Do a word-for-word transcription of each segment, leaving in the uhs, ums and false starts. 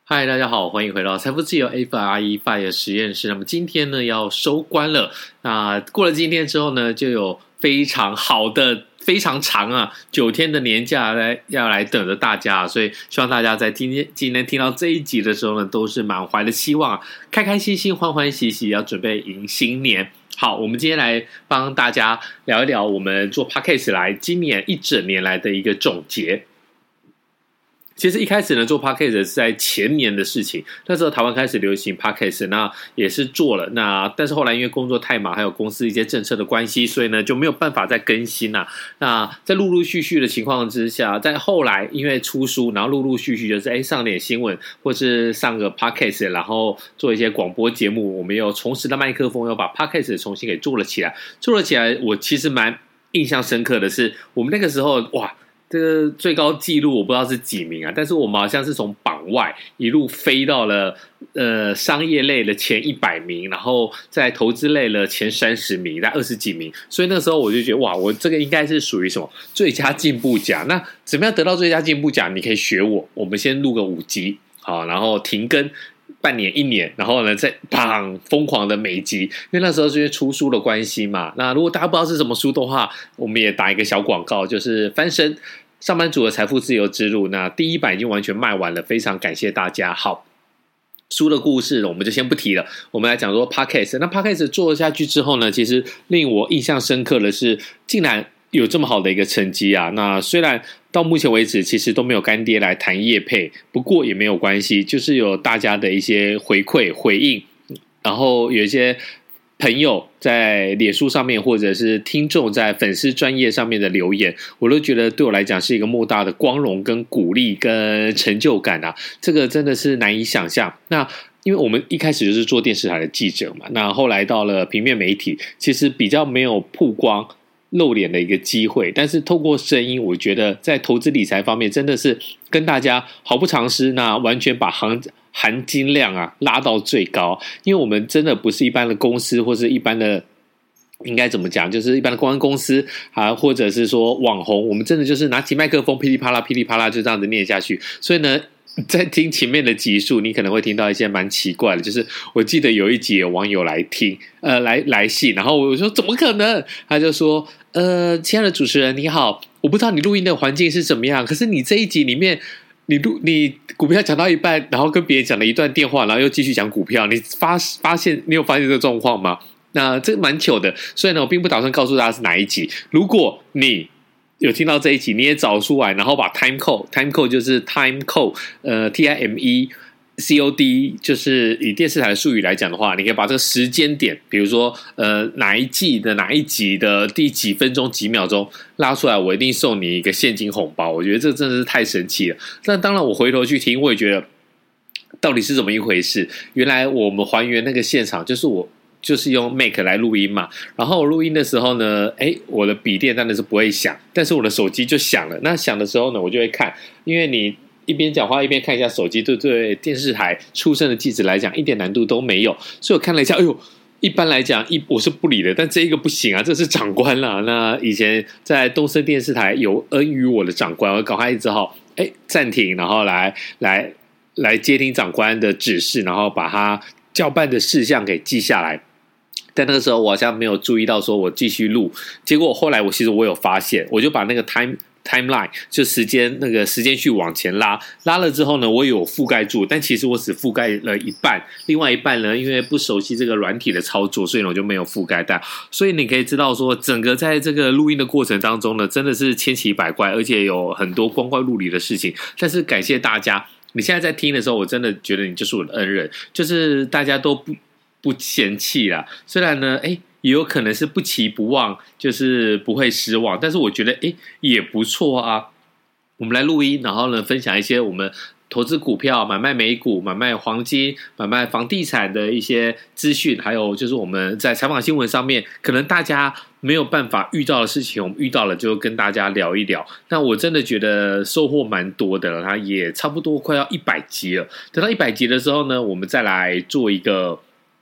嗨，大家好，欢迎回到财富自由 F R E Fire 实验室。那么今天呢要收官了，那过了今天之后呢，就有非常好的、非常长啊九天的年假来要来等着大家，所以希望大家在今天今天听到这一集的时候呢，都是满怀的希望，开开心心、欢欢喜喜，要准备迎新年。好，我们今天来帮大家聊一聊我们做 Podcast 来今年一整年来的一个总结。其实一开始呢，做 Podcast 是在前年的事情，那时候台湾开始流行 Podcast， 那也是做了，那但是后来因为工作太忙，还有公司一些政策的关系，所以呢就没有办法再更新啦。那在陆陆续续的情况之下，在后来因为出书，然后陆陆续续就是哎上点新闻，或是上个 Podcast， 然后做一些广播节目，我们又重拾了麦克风，又把 Podcast 重新给做了起来。做了起来，我其实蛮印象深刻的是，我们那个时候哇。这个最高纪录我不知道是几名啊，但是我们好像是从榜外一路飞到了呃商业类的前一百名，然后在投资类的前三十名，在二十几名，所以那时候我就觉得哇，我这个应该是属于什么最佳进步奖。那怎么样得到最佳进步奖？你可以学我，我们先录个五集，好，然后停更。半年一年，然后呢再砰疯狂的每集，因为那时候是因为出书的关系嘛。那如果大家不知道是什么书的话，我们也打一个小广告，就是翻身上班族的财富自由之路。那第一版已经完全卖完了，非常感谢大家。好，书的故事我们就先不提了，我们来讲说 Podcast。 那 Podcast 做下去之后呢，其实令我印象深刻的是，竟然有这么好的一个成绩啊！那虽然到目前为止其实都没有干爹来谈业配，不过也没有关系，就是有大家的一些回馈回应，然后有一些朋友在脸书上面，或者是听众在粉丝专页上面的留言，我都觉得对我来讲是一个莫大的光荣跟鼓励跟成就感啊！这个真的是难以想象。那因为我们一开始就是做电视台的记者嘛，那后来到了平面媒体，其实比较没有曝光露脸的一个机会，但是透过声音，我觉得在投资理财方面真的是跟大家毫不藏私，那完全把含含金量啊拉到最高。因为我们真的不是一般的公司，或是一般的应该怎么讲，就是一般的公关公司啊，或者是说网红，我们真的就是拿起麦克风噼里啪啦噼里啪啦就这样子念下去。所以呢，在听前面的集数，你可能会听到一些蛮奇怪的，就是我记得有一集有网友来听，呃，来来信，然后我说怎么可能？他就说，呃，亲爱的主持人你好，我不知道你录音的环境是怎么样，可是你这一集里面，你录你股票讲到一半，然后跟别人讲了一段电话，然后又继续讲股票，你发发现你有发现这个状况吗？那这蛮糗的，所以呢，我并不打算告诉大家是哪一集。如果你有听到这一集，你也找出来，然后把 time code time code 就是 time code 呃 T I M E C O D， 就是以电视台的术语来讲的话，你可以把这个时间点，比如说呃哪一季的哪一集的第几分钟几秒钟拉出来，我一定送你一个现金红包。我觉得这真的是太神奇了。那当然我回头去听，我也觉得到底是怎么一回事。原来我们还原那个现场，就是我就是用 Mac 来录音嘛，然后我录音的时候呢，哎，我的笔电当然是不会响，但是我的手机就响了。那响的时候呢，我就会看，因为你一边讲话一边看一下手机，对对电视台出身的记者来讲一点难度都没有。所以我看了一下，哎呦，一般来讲一我是不理的，但这一个不行啊，这是长官啦。那以前在东森电视台有恩于我的长官，我赶快只好哎暂停，然后来来来接听长官的指示，然后把他交办的事项给记下来。但那个时候我好像没有注意到说我继续录，结果后来我其实我有发现，我就把那个 time timeline 就时间那个时间序往前拉，拉了之后呢，我有覆盖住，但其实我只覆盖了一半，另外一半呢，因为不熟悉这个软体的操作，所以我就没有覆盖到。所以你可以知道说，整个在这个录音的过程当中呢，真的是千奇百怪，而且有很多光怪陆离的事情。但是感谢大家，你现在在听的时候，我真的觉得你就是我的恩人，就是大家都不不嫌弃啦。虽然呢，哎。也有可能是不期不忘，就是不会失望，但是我觉得诶也不错啊。我们来录音，然后呢分享一些我们投资股票、买卖美股、买卖黄金、买卖房地产的一些资讯，还有就是我们在采访新闻上面可能大家没有办法遇到的事情，我们遇到了就跟大家聊一聊。那我真的觉得收获蛮多的了，它也差不多快要一百集了。等到一百集的时候呢，我们再来做一个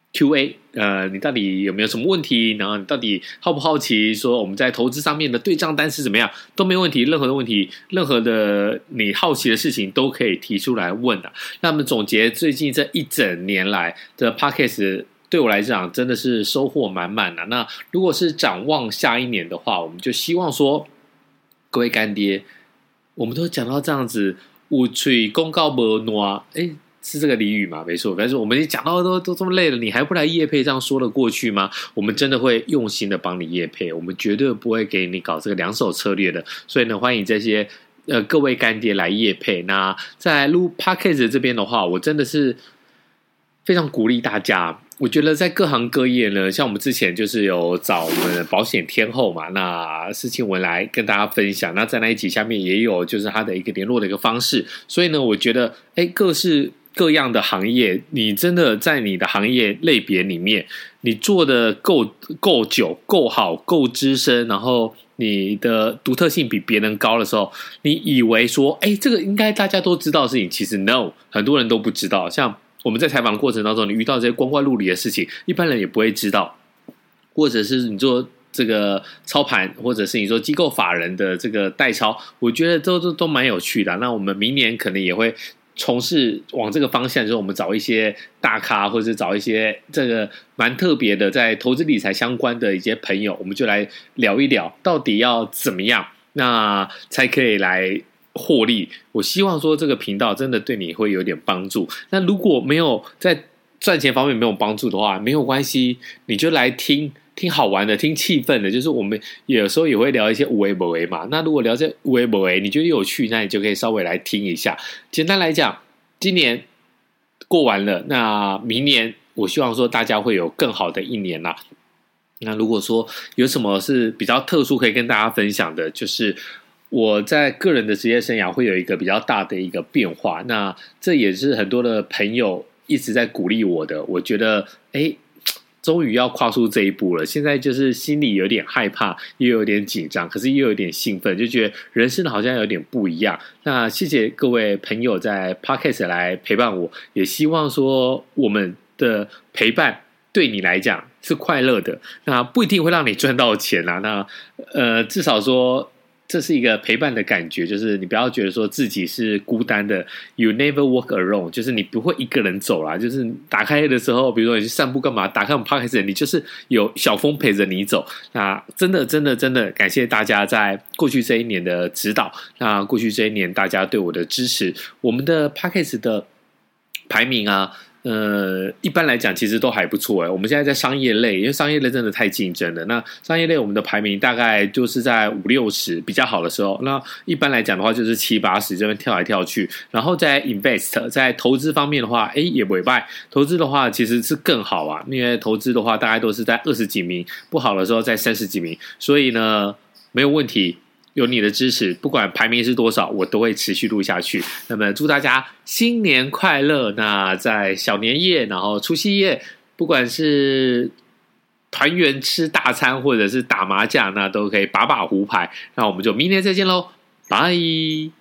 Q A， 呃，你到底有没有什么问题？然后你到底好不好奇？说我们在投资上面的对账单是怎么样？都没问题，任何的问题，任何的你好奇的事情都可以提出来问的。那么总结最近这一整年来的 Podcast， 对我来讲真的是收获满满的。那如果是展望下一年的话，我们就希望说，各位干爹，我们都讲到这样子，有嘴公告无烂，哎。是这个俚语吗？没错，但是我们讲到都都这么累了，你还不来业配，这样说得过去吗？我们真的会用心的帮你业配，我们绝对不会给你搞这个两手策略的。所以呢，欢迎这些呃各位干爹来业配。那在录 Podcast 这边的话，我真的是非常鼓励大家。我觉得在各行各业呢，像我们之前就是有找我们的保险天后嘛，那施庆文来跟大家分享。那在那一集下面也有就是他的一个联络的一个方式。所以呢，我觉得哎，各式各样的行业，你真的在你的行业类别里面，你做的够够久、够好、够资深，然后你的独特性比别人高的时候，你以为说，哎，这个应该大家都知道的事情，其实 no， 很多人都不知道。像我们在采访的过程当中，你遇到这些光怪陆离的事情，一般人也不会知道，或者是你做这个操盘，或者是你说机构法人的这个代操，我觉得都都都蛮有趣的。那我们明年可能也会从事往这个方向，就是我们找一些大咖，或者找一些这个蛮特别的在投资理财相关的一些朋友，我们就来聊一聊到底要怎么样那才可以来获利。我希望说这个频道真的对你会有点帮助。那如果没有在赚钱方面没有帮助的话，没有关系，你就来听听好玩的，听气氛的，就是我们有时候也会聊一些有的没的嘛。那如果聊这有的没的，你觉得有趣，那你就可以稍微来听一下。简单来讲，今年过完了，那明年我希望说大家会有更好的一年啦。那如果说有什么是比较特殊可以跟大家分享的，就是我在个人的职业生涯会有一个比较大的一个变化。那这也是很多的朋友一直在鼓励我的。我觉得，哎。终于要跨出这一步了，现在就是心里有点害怕，也有点紧张，可是又有点兴奋，就觉得人生好像有点不一样。那谢谢各位朋友在 Podcast 来陪伴我，也希望说我们的陪伴对你来讲是快乐的，那不一定会让你赚到钱啊，那呃至少说这是一个陪伴的感觉，就是你不要觉得说自己是孤单的 ，You never walk alone， 就是你不会一个人走啦。就是打开的时候，比如说你去散步干嘛，打开我们 podcast， 你就是有小峰陪着你走。那真的真的真的感谢大家在过去这一年的指导，那过去这一年大家对我的支持，我们的 podcast 的排名啊。呃，一般来讲其实都还不错诶。我们现在在商业类，因为商业类真的太竞争了。那商业类我们的排名大概就是在五六十比较好的时候，那一般来讲的话就是七八十这边跳来跳去。然后在 invest 在投资方面的话，哎也不赖。投资的话其实是更好啊，因为投资的话大概都是在二十几名，不好的时候在三十几名，所以呢没有问题。有你的支持，不管排名是多少，我都会持续录下去。那么祝大家新年快乐！那在小年夜，然后除夕夜，不管是团圆吃大餐，或者是打麻将，那都可以把把胡牌。那我们就明年再见喽，拜。